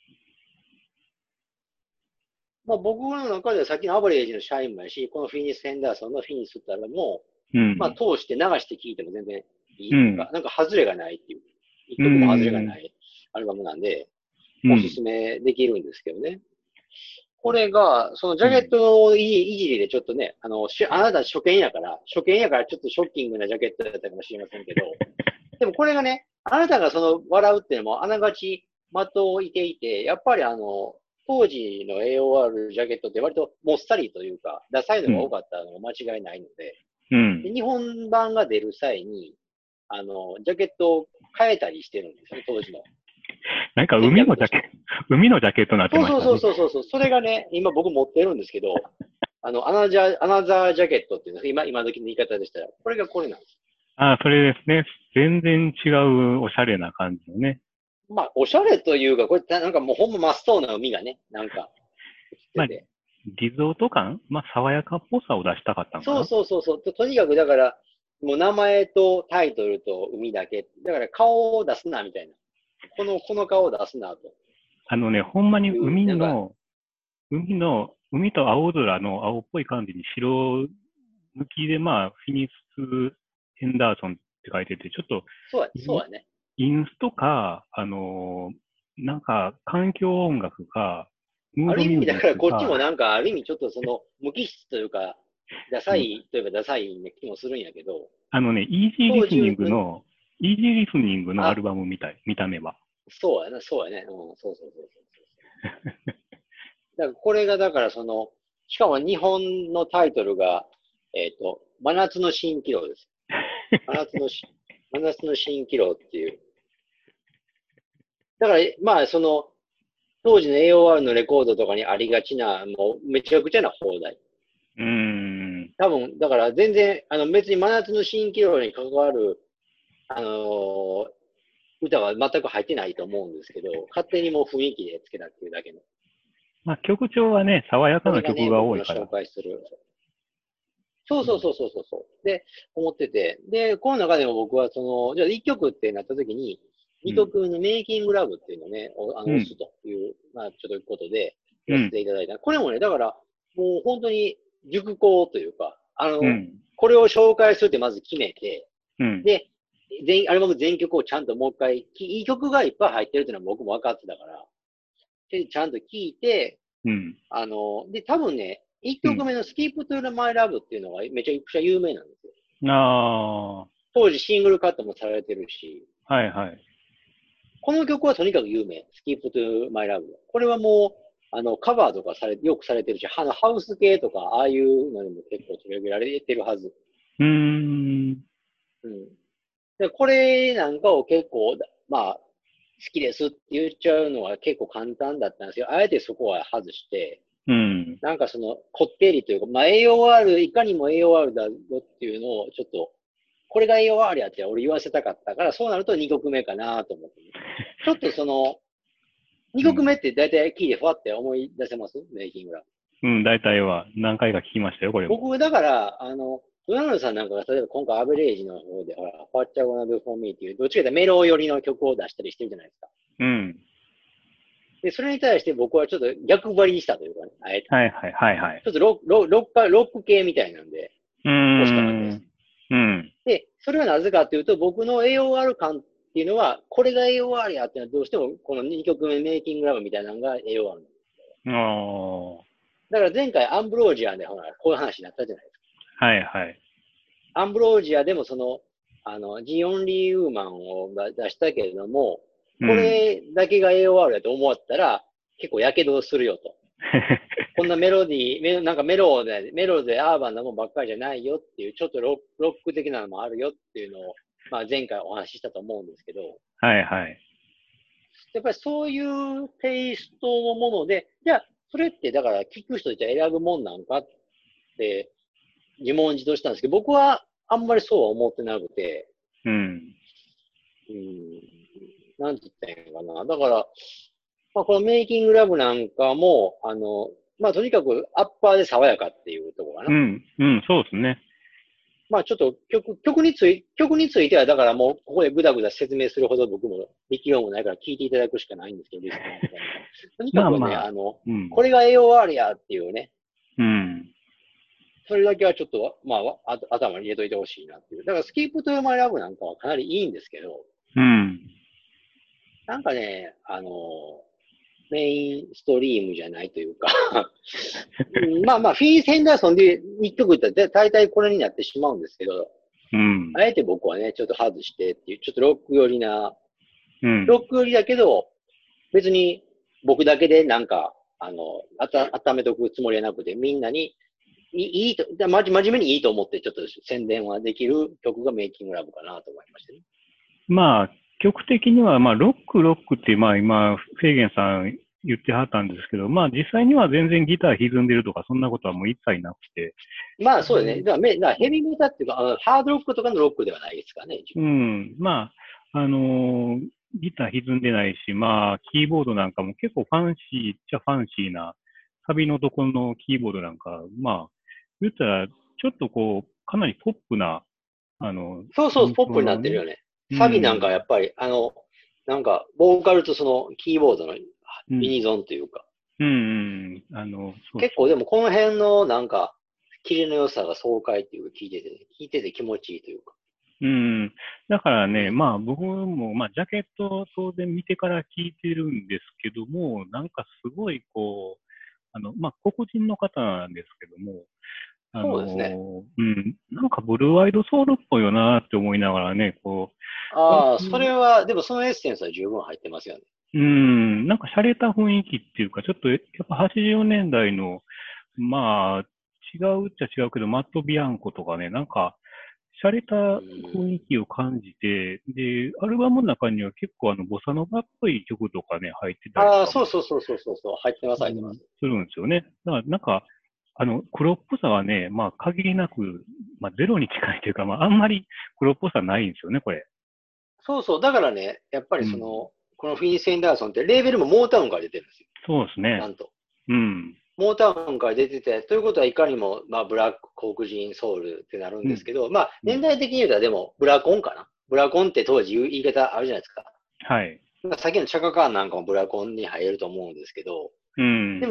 [SPEAKER 2] まあ、僕の中ではさっきのアバレージのシャインもやし、このフィニス・ヘンダーソンのフィニスってあれも、まあ、
[SPEAKER 1] うん。
[SPEAKER 2] 通して流して聴いても全然いいっていうか、
[SPEAKER 1] うん。
[SPEAKER 2] なんか外れがないっていう、一
[SPEAKER 1] う
[SPEAKER 2] 曲も外れがな
[SPEAKER 1] ん。
[SPEAKER 2] いアルバムなんで、おす
[SPEAKER 1] うん。
[SPEAKER 2] すめできるんですけどね。これが、そのジャケッ
[SPEAKER 1] うん。
[SPEAKER 2] トのいじりでちょっとね、あなた初見やからちょっとショッキングなジャケットだったかもしれませんけど、でもこれがね、あなたがその笑うっていうのもあながち的をいていて、やっぱり当時の AOR ジャケットって割ともっさりというか、ダサいの
[SPEAKER 1] うん。
[SPEAKER 2] が多かったのが間違いないので、
[SPEAKER 1] うん。
[SPEAKER 2] で日本版が出る際に、ジャケットを変えたりしてるんですよね、当時の
[SPEAKER 1] なんか
[SPEAKER 2] 戦略として。
[SPEAKER 1] 海のジャケットになって
[SPEAKER 2] そうそう
[SPEAKER 1] ましたね。
[SPEAKER 2] そうそうそう、それがね、今僕持ってるんですけど、アナザージャケットっていうのが今時の言い方でしたら、これがこれなんです。
[SPEAKER 1] ああ、それですね。全然違うおしゃれな感じのね。
[SPEAKER 2] まあ、おしゃれというか、これなんかもうほんま真っ青な海がね、なんか映
[SPEAKER 1] まあ、
[SPEAKER 2] ってて。
[SPEAKER 1] リゾート感まあ、爽やかっぽさを出したかったんか
[SPEAKER 2] そう
[SPEAKER 1] な。
[SPEAKER 2] そうそうそう。とにかくだから、もう名前とタイトルと海だけ。だから顔を出すな、みたいな。この顔を出すな、と
[SPEAKER 1] ほんまに
[SPEAKER 2] いう、なんか、
[SPEAKER 1] 海と青空の青っぽい感じに白抜きで、まあ、フィニス・ヘンダーソンって書いてて、ちょっと
[SPEAKER 2] そうやね。
[SPEAKER 1] インスとか、なんか環境音楽か、ムー
[SPEAKER 2] ある意味、
[SPEAKER 1] ドミュージッ
[SPEAKER 2] だからこっち
[SPEAKER 1] クか、
[SPEAKER 2] もなんか、ある意味ちょっとその、無機質というか、ダサ
[SPEAKER 1] うん、
[SPEAKER 2] いといえばダサい気もするんやけど、
[SPEAKER 1] イージーリスニン
[SPEAKER 2] 当時の、
[SPEAKER 1] グの、イージーリスニングのア
[SPEAKER 2] あ、
[SPEAKER 1] ルバムみたい、見た目は。
[SPEAKER 2] そうやね。うん、そうそうそうそう。だからこれがだからその、しかも日本のタイトルが、真夏の蜃気楼です。真夏のし、真夏の蜃気楼っていう。だから、まあ、その、当時の AOR のレコードとかにありがちな、もうめちゃくちゃな放題。
[SPEAKER 1] うーん。
[SPEAKER 2] 多分、だから全然、別に真夏の蜃気楼に関わる、あのー歌は全く入ってないと思うんですけど、勝手にもう雰囲気でつけたっていうだけの。
[SPEAKER 1] まあ、曲調はね、爽やか
[SPEAKER 2] これがね、
[SPEAKER 1] な曲が
[SPEAKER 2] 僕の紹
[SPEAKER 1] 多いから。
[SPEAKER 2] 介する。そう。で、思ってて。で、この中でも僕はその、じゃあ1曲ってなった時に、2
[SPEAKER 1] うん。
[SPEAKER 2] 曲目にメイキングラブっていうのをね、押す
[SPEAKER 1] うん。
[SPEAKER 2] という、まあ、ちょっとことで、言わせ
[SPEAKER 1] うん。
[SPEAKER 2] ていただいた。これもね、だから、もう本当に熟考というか、
[SPEAKER 1] うん。
[SPEAKER 2] これを紹介するってまず決めて、
[SPEAKER 1] うん。
[SPEAKER 2] で、アルバム全曲をちゃんともう一回、いい曲がいっぱい入ってるっていうのは僕も分かってたから、で、ちゃんと聞いて、
[SPEAKER 1] うん。
[SPEAKER 2] で、多分ね、1
[SPEAKER 1] うん。
[SPEAKER 2] 曲目の Skip to My Love っていうのがめちゃくちゃ有名なんですよ。
[SPEAKER 1] あ
[SPEAKER 2] 当時シングルカットもされてるし、
[SPEAKER 1] あ、はいはい。
[SPEAKER 2] この曲はとにかく有名。Skip to My Love。これはもう、カバーとかよくされてるし、ハウス系とか、ああいうのにも結構取り上げられてるはず。
[SPEAKER 1] うーん。
[SPEAKER 2] うん。で、これなんかを結構、まあ、好きですって言っちゃうのは結構簡単だったんですよ。あえてそこは外して、
[SPEAKER 1] うん。
[SPEAKER 2] なんかその、こってりというか、まあ AOR、いかにも AOR だよっていうのをちょっと、これが AOR やって俺言わせたかったから、そうなると2曲目かなと思って、ね。ちょっとその、2
[SPEAKER 1] うん。
[SPEAKER 2] 曲目って大体聞いてふわって思い出せますメイキングラブ。
[SPEAKER 1] うん、大体は何回か聞きましたよ、これも。
[SPEAKER 2] 僕、だから、ドナルドさんなんかが、例えば今回アベレージの方で、ほら、What You Gonna Do For Me っていう、どっちかというとメロ寄りの曲を出したりしてるじゃないですか。
[SPEAKER 1] うん。
[SPEAKER 2] で、それに対して僕はちょっと逆張りにしたというかね、あえて。
[SPEAKER 1] はいはいはいはい。
[SPEAKER 2] ちょっとロック系みたいなんで、
[SPEAKER 1] うー
[SPEAKER 2] 押したわけです。
[SPEAKER 1] ん。うん。
[SPEAKER 2] で、それはなぜかというと、僕の AOR 感っていうのは、これが AOR やっていうのはどうしても、この2曲目メイキングラブみたいなのが AOR。
[SPEAKER 1] ああ。は
[SPEAKER 2] だから前回アンブロージアでほら、こういう話になったじゃないですか。
[SPEAKER 1] いはい。
[SPEAKER 2] アンブロージアでもその、ジオンリーウーマンを出したけれども、こ
[SPEAKER 1] うん。
[SPEAKER 2] れだけが AOR だと思ったら、結構火傷するよと。こんなメロディー、なんかメロでアーバンなもんばっかりじゃないよっていう、ちょっとロック的なのもあるよっていうのを、まあ前回お話ししたと思うんですけど、
[SPEAKER 1] はいはい。
[SPEAKER 2] やっぱりそういうテイストのもので、じゃあ、それってだから聞く人じゃ選ぶもんなんかって自問自答したんですけど、僕はあんまりそうは思ってなくて、
[SPEAKER 1] うん。
[SPEAKER 2] うん、なんて言ったらいいのかな。だから、まあ、このメイキングラブなんかも、 まあとにかくアッパーで爽やかっていうところかな。
[SPEAKER 1] うん、うん、そうですね。
[SPEAKER 2] まあちょっと曲についてはだからもうここでぐだぐだ説明するほど僕も力量もないから聞いていただくしかないんですけど、リスナーの方には。とにかくね、
[SPEAKER 1] まあまあ、うん、
[SPEAKER 2] これが AOR やっていうね、
[SPEAKER 1] うん、
[SPEAKER 2] それだけはちょっと、まあ、頭に入れといてほしいなっていう。だからスキープトゥーマイラブなんかはかなりいいんですけど、
[SPEAKER 1] うん。
[SPEAKER 2] なんかね、メインストリームじゃないというかまあまあ、フィー・ヘンダーソンで一曲言ったら大体これになってしまうんですけど、
[SPEAKER 1] うん、
[SPEAKER 2] あえて僕はね、ちょっと外してっていう、ちょっとロック寄りな、
[SPEAKER 1] うん。
[SPEAKER 2] ロック寄りだけど、別に僕だけでなんか、温めとくつもりはなくて、みんなにいいと、真面目にいいと思って、ちょっと宣伝はできる曲がメイキングラブかなと思いましたね。
[SPEAKER 1] まあ、曲的には、まあ、ロックって、まあ、今、フェーゲンさん言ってはったんですけど、まあ、実際には全然ギター歪んでるとか、そんなことはもう一切なくて、
[SPEAKER 2] まあそうですね。だからヘビーメタっていうか、ハードロックとかのロックではないですかね。
[SPEAKER 1] うん、まあ、ギター歪んでないし、まあ、キーボードなんかも結構ファンシーっちゃファンシーな、サビのところのキーボードなんか、まあ、言ったら、ちょっとこう、かなりポップな、
[SPEAKER 2] そうそう、
[SPEAKER 1] 印
[SPEAKER 2] ポップにな
[SPEAKER 1] 象のね、
[SPEAKER 2] ってるよね。
[SPEAKER 1] う
[SPEAKER 2] サビなんか
[SPEAKER 1] ん、
[SPEAKER 2] やっぱり、なんか、ボーカルとそのキーボードのユ
[SPEAKER 1] うん、
[SPEAKER 2] ニゾンというか、
[SPEAKER 1] うん、そう
[SPEAKER 2] 結構
[SPEAKER 1] そう。
[SPEAKER 2] でもこの辺のなんか、キレの良さが爽快っていうか聞いてて気持ちいいというか。
[SPEAKER 1] うん。だからね、
[SPEAKER 2] うん。
[SPEAKER 1] まあ僕も、まあジャケットを当然見てから聞いてるんですけども、なんかすごいこう、まあ黒人の方なんですけども、
[SPEAKER 2] そうですね。
[SPEAKER 1] なんかブルーアイドソウルっぽいよなって思いながらね、こう、割
[SPEAKER 2] ああ、そ
[SPEAKER 1] と、
[SPEAKER 2] れは、でもそのエッセンスは十分入ってますよね。
[SPEAKER 1] なんか洒落た雰囲気っていうか、ちょっとやっぱ80年代の、まあ、違うっちゃ違うけど、マット・ビアンコとかね、なんか、洒落た
[SPEAKER 2] う
[SPEAKER 1] 雰囲
[SPEAKER 2] ん。
[SPEAKER 1] 気を感じて、で、アルバムの中には結構ボサノバっぽい曲とかね、入ってたりと
[SPEAKER 2] ああ、
[SPEAKER 1] かも
[SPEAKER 2] そうそうそうそうそうそう、入ってます、入ってます。
[SPEAKER 1] するんですよね。だからなんか、黒っぽさはね、まあ限りなく、まあゼロに近いというか、まああんまり黒っぽさないんですよね、これ。
[SPEAKER 2] そうそう、だからね、やっぱり
[SPEAKER 1] うん。
[SPEAKER 2] このフィン・センダーソンってレーベルもモータウンから出てるんですよ。
[SPEAKER 1] そうですね。
[SPEAKER 2] なんと。
[SPEAKER 1] うん。
[SPEAKER 2] モータウンから出てて、ということはいかにも、まあ、ブラック、黒人ソウルってなるん
[SPEAKER 1] うん。
[SPEAKER 2] ですけど、まあ、
[SPEAKER 1] うん。
[SPEAKER 2] 年代的に言うとでも、ブラコンかな。ブラコンって当時言い方あるじゃないですか。
[SPEAKER 1] はい。
[SPEAKER 2] まあさっきのチャカカーンなんかもブラコンに入ると思うんですけど、
[SPEAKER 1] うん。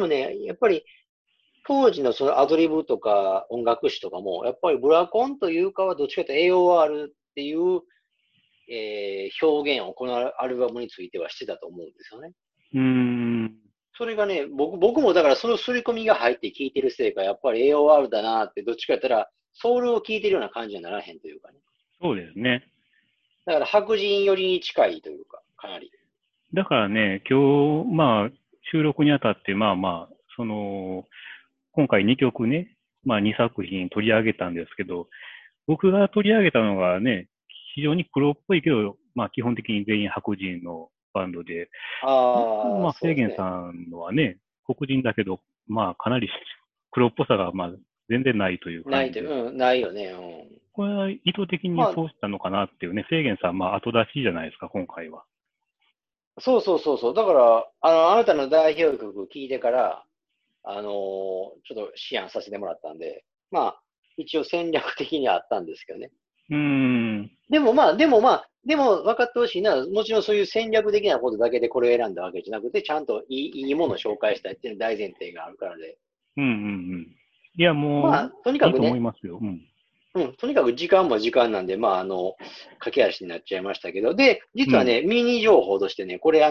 [SPEAKER 2] でもね、やっぱり当時のそのアドリブとか音楽史とかも、やっぱりブラコンというかはどっちかというと AOR っていう、表現をこのアルバムについてはしてたと思うんですよね。
[SPEAKER 1] うん。
[SPEAKER 2] それがね、僕もだからその刷り込みが入って聞いてるせいか、やっぱり AOR だなって、どっちかやったら、ソウルを聞いてるような感じにならへんというかね。
[SPEAKER 1] そうですね。
[SPEAKER 2] だから白人寄りに近いというか、かなり。
[SPEAKER 1] だからね、今日、まあ、収録にあたって、まあまあ、今回2曲ね、まあ2作品取り上げたんですけど、僕が取り上げたのがね、非常に黒っぽいけど、まあ基本的に全員白人のバンドで、
[SPEAKER 2] ああ、
[SPEAKER 1] まあフェーゲンさ
[SPEAKER 2] そうですね。
[SPEAKER 1] んのはね、黒人だけど、まあかなり黒っぽさがまあ全然ないという
[SPEAKER 2] ないと、
[SPEAKER 1] 感じで、
[SPEAKER 2] うん、ないよね。うん。
[SPEAKER 1] これは意図的に
[SPEAKER 2] まあ、
[SPEAKER 1] そうしたのかなっていうね、フェーゲンさん、まあ後出しじゃないですか、今回は。
[SPEAKER 2] そうそうそうそう。だから、あなたの代表曲聞いてから、ちょっと思案させてもらったんで、まあ、一応戦略的にはあったんですけどね。
[SPEAKER 1] うーん、
[SPEAKER 2] でも分かってほしいな。もちろんそういう戦略的なことだけでこれを選んだわけじゃなくて、ちゃんといいものを紹介したいっていう大前提があるからで。
[SPEAKER 1] うん、うん、うん。いや、もう、
[SPEAKER 2] まあ、とに
[SPEAKER 1] いいと思い
[SPEAKER 2] かくね、
[SPEAKER 1] ますよ。うん。
[SPEAKER 2] うん、とにかく時間も時間なんで、まあ、駆け足になっちゃいましたけど、で、
[SPEAKER 1] うん、
[SPEAKER 2] 実はね、ミニ情報としてね、これ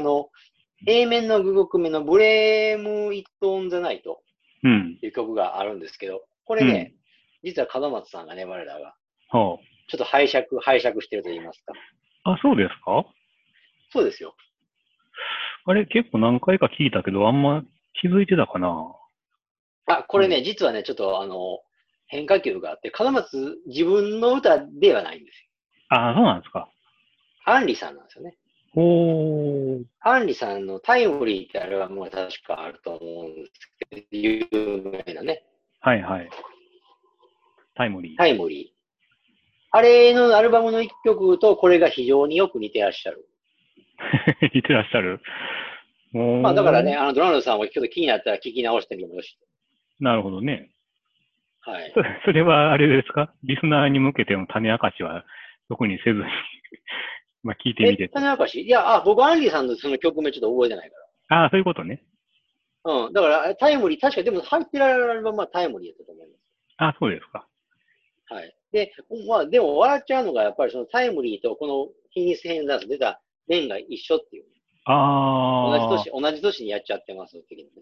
[SPEAKER 2] A 面の5曲目のブレーム・イット・オン・ザ・ナイト
[SPEAKER 1] うん、
[SPEAKER 2] っていう曲があるんですけど、これね、
[SPEAKER 1] うん。
[SPEAKER 2] 実は門松さんがね、我らが、
[SPEAKER 1] は
[SPEAKER 2] ちょっと拝借してると言いますか。
[SPEAKER 1] あ。あ、そうですか？
[SPEAKER 2] そうですよ。
[SPEAKER 1] あれ、結構何回か聞いたけど、あんま気づいてたかな。
[SPEAKER 2] あ、こ
[SPEAKER 1] うん。
[SPEAKER 2] れね、実はね、ちょっと変化球があって、門松自分の歌ではないんですよ。
[SPEAKER 1] あ、そうなんですか。
[SPEAKER 2] アンリさんなんですよね。
[SPEAKER 1] おー。
[SPEAKER 2] アンリさんのタイムリーってアルバムが確かあると思うんですけど、有名なね、
[SPEAKER 1] はいはい。タイムリ
[SPEAKER 2] タイムリー。あれのアルバムの一曲とこれが非常によく似てらっしゃる。
[SPEAKER 1] ー。似てらっしゃる。 お
[SPEAKER 2] まあだからね、
[SPEAKER 1] ー、
[SPEAKER 2] ドナルドさんもちょっと気になったら聞き直してみてもよし。
[SPEAKER 1] なるほどね。
[SPEAKER 2] はい。
[SPEAKER 1] それはあれですか？リスナーに向けての種明かしは特にせずにまあ聞いてみてと。
[SPEAKER 2] 種明かしいや、僕、アンディさんのその曲名ちょっと覚えてないか
[SPEAKER 1] ああ、そういうことね。
[SPEAKER 2] ら。うん。だから、タイムリー、確かでも入ってられるアルバムはタイムリーだったと思います。
[SPEAKER 1] ああ、そうですか。
[SPEAKER 2] はい。で、まあ、でも笑っちゃうのが、やっぱりそのタイムリーとこのフィニス・ヘンダース出た年が一緒っていう。
[SPEAKER 1] ああ、
[SPEAKER 2] 同じ年にやっちゃってます的にね。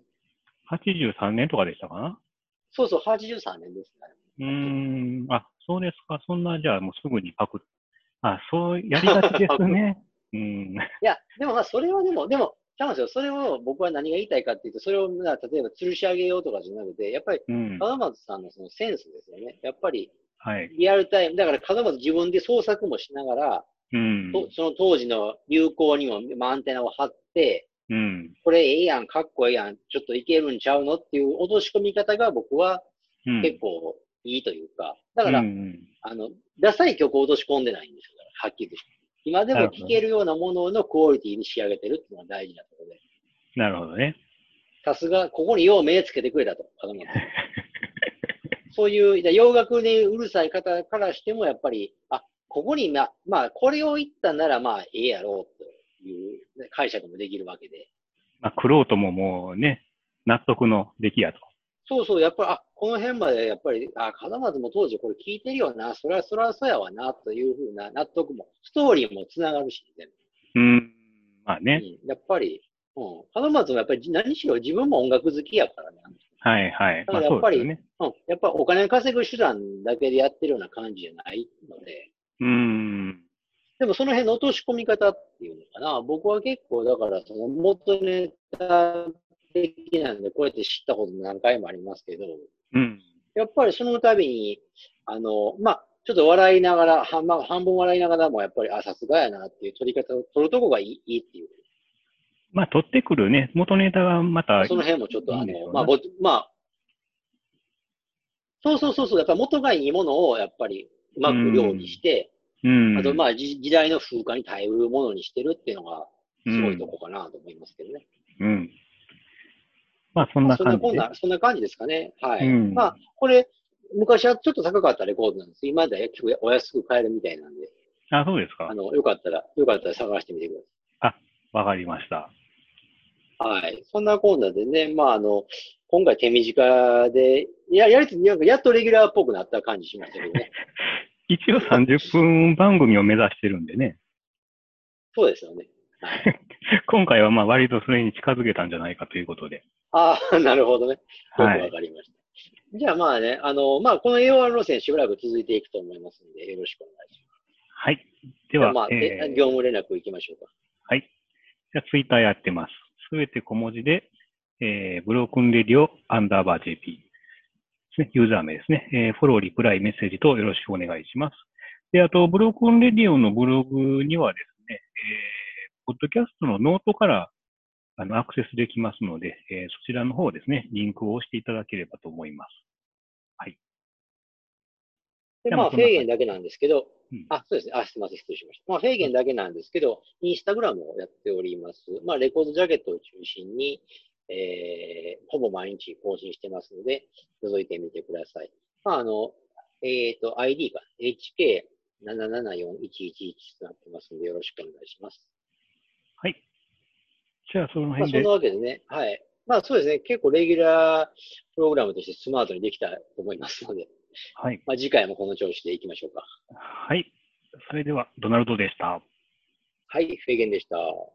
[SPEAKER 1] 83年とかでしたかな？
[SPEAKER 2] そうそう、83年です
[SPEAKER 1] うー
[SPEAKER 2] ね。
[SPEAKER 1] ん、あ、そうですか。そんな、じゃあもうすぐにパクっ、あ、そうやりがちですね。うん、
[SPEAKER 2] いや、でもまあ、それはでも、ちゃうんですよ。それを僕は何が言いたいかっていうと、それを例えば吊るし上げようとかじゃなくて、やっぱり、
[SPEAKER 1] うん、
[SPEAKER 2] 門松さんのそのセンスですよね。やっぱり、
[SPEAKER 1] はい。
[SPEAKER 2] リアルタイム、だから門松自分で創作もしながら、
[SPEAKER 1] うん、
[SPEAKER 2] その当時の流行にも、まあ、アンテナを張って、
[SPEAKER 1] うん、
[SPEAKER 2] これええやん、かっこええやん、ちょっといけるんちゃうのっていう落とし込み方が僕は
[SPEAKER 1] うん、
[SPEAKER 2] 結構いいというか、だ
[SPEAKER 1] うん、
[SPEAKER 2] から、
[SPEAKER 1] うん。
[SPEAKER 2] ダサい曲を落とし込んでないんですよ。はっきりとして。今でも
[SPEAKER 1] なるほどね。
[SPEAKER 2] 聴けるようなもののクオリティに仕上げてるっていうのが大事なところで。
[SPEAKER 1] なるほどね。
[SPEAKER 2] さすが、ここによう目つけてくれたと、門松さん。そういう、洋楽にうるさい方からしても、やっぱり、ここに、まあ、これを言ったんなら、まあ、ええやろうという解釈もできるわけで。
[SPEAKER 1] まあ、クロートももうね、納得の出来やと。
[SPEAKER 2] そうそう、やっぱり、この辺まで、やっぱり、門松も当時これ聞いてるよな、それはそうやわな、というふうな納得も、ストーリーもつながるし、ね、
[SPEAKER 1] うん、まあね。
[SPEAKER 2] やっぱり、門松もやっぱり何しろ自分も音楽好きやからね。
[SPEAKER 1] はいはい。
[SPEAKER 2] だか
[SPEAKER 1] まあ
[SPEAKER 2] らやっぱり、
[SPEAKER 1] そうですよね。
[SPEAKER 2] やっぱお金稼ぐ手段だけでやってるような感じじゃないので、
[SPEAKER 1] うん、
[SPEAKER 2] でもその辺の落とし込み方っていうのかな、僕は結構だからその元ネタ的なんで、こうやって知ったこと何回もありますけど、
[SPEAKER 1] うん。
[SPEAKER 2] やっぱりその度に、まあ、ちょっと笑いながら、半分笑いながらも、やっぱり、さすがやなっていう取り方を取るとこがいいっていう。
[SPEAKER 1] まあ取ってくるね、元ネタがまたい
[SPEAKER 2] その辺もちょっと
[SPEAKER 1] いんでしょうな。
[SPEAKER 2] まあ、そう、やっぱ元がいいものを、やっぱり、う
[SPEAKER 1] う
[SPEAKER 2] まく料理
[SPEAKER 1] ん、
[SPEAKER 2] して、
[SPEAKER 1] う
[SPEAKER 2] あと、ま
[SPEAKER 1] ん、
[SPEAKER 2] あ、時代の風化に耐えうるものにしてるっていうのが、すごいと
[SPEAKER 1] うん、
[SPEAKER 2] こかなと思いますけどね。
[SPEAKER 1] うん。まあそん
[SPEAKER 2] まあ、
[SPEAKER 1] な感じで。
[SPEAKER 2] そんな感じですかね。はい。ま
[SPEAKER 1] うん。
[SPEAKER 2] あ、これ、昔はちょっと高かったレコードなんです。今では結構お安く買えるみたいなんで、
[SPEAKER 1] あ、そうですか。
[SPEAKER 2] よかったら探してみてくだ
[SPEAKER 1] あ、わかりました。
[SPEAKER 2] さい。はい。そんなコーナーでね、まあ、今回手短で、なんかやっとレギュラーっぽくなった感じしましたけどね。
[SPEAKER 1] 一応30分番組を目指してるんでね。
[SPEAKER 2] そうですよね。はい。
[SPEAKER 1] 今回はまあ割とそれに近づけたんじゃないかということで。
[SPEAKER 2] なるほどね。よく
[SPEAKER 1] はい。
[SPEAKER 2] わかりました。じゃあまあね、まあ、この AOR 路線しばらく続いていくと思いますので、よろしくお願いします。
[SPEAKER 1] はい。では、
[SPEAKER 2] じゃあまあ、業務連絡行きましょうか。
[SPEAKER 1] はい。じゃあツイッターやってます。すべて小文字で、ブロークンレディオアンダーバー JP ですね。ユーザー名ですね。フォロー、リプライ、メッセージとよろしくお願いします。で、あと、ブロークンレディオのブログにはですね、ポッドキャストのノートからアクセスできますので、そちらの方ですね、リンクを押していただければと思います。はい。
[SPEAKER 2] で、
[SPEAKER 1] じゃあ、まあ、
[SPEAKER 2] まあ、フ
[SPEAKER 1] そんな
[SPEAKER 2] ェーゲンだけなん
[SPEAKER 1] 感じで。
[SPEAKER 2] ですけど、
[SPEAKER 1] うん。
[SPEAKER 2] そうですね。すみません。失礼しました。まあ、フェーゲンだけなんですけど、インスタグラムをやっております。まあ、レコードジャケットを中心に、ほぼ毎日更新してますので、覗いてみてください。まあ、ID が HK774111 となってますので、よろしくお願いします。
[SPEAKER 1] はい。じゃあ、その
[SPEAKER 2] まあ、そんな
[SPEAKER 1] 辺で。
[SPEAKER 2] わけでね、はい。まあ、そうですね。結構レギュラープログラムとしてスマートにできたと思いますので、
[SPEAKER 1] はい。
[SPEAKER 2] まあ、次回もこの調子でいきましょうか。
[SPEAKER 1] はい。それでは、ドナルドでした。
[SPEAKER 2] はい、フェーゲンでした。